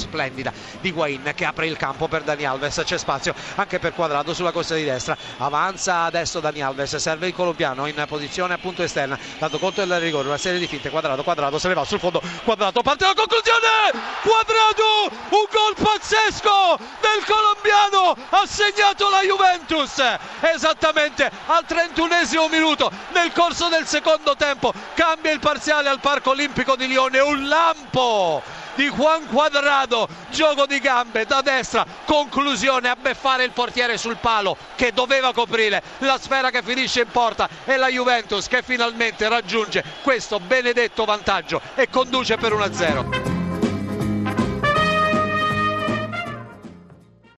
splendida di Higuaín che apre il campo per Dani Alves, c'è spazio anche per Cuadrado sulla corsa di destra, avanza adesso Dani Alves, serve il colombiano in posizione appunto esterna, dando conto del rigore, una serie di finte, Cuadrado se ne va sul fondo, Cuadrado parte la conclusione, Cuadrado, un gol pazzesco del colombiano, ha segnato la Juventus esattamente al 31esimo minuto, nel corso del secondo tempo cambia il parziale al Parco Olimpico di Lione, un lampo di Juan Cuadrado, gioco di gambe da destra, conclusione a beffare il portiere sul palo che doveva coprire la sfera che finisce in porta, e la Juventus che finalmente raggiunge questo benedetto vantaggio e conduce per 1-0.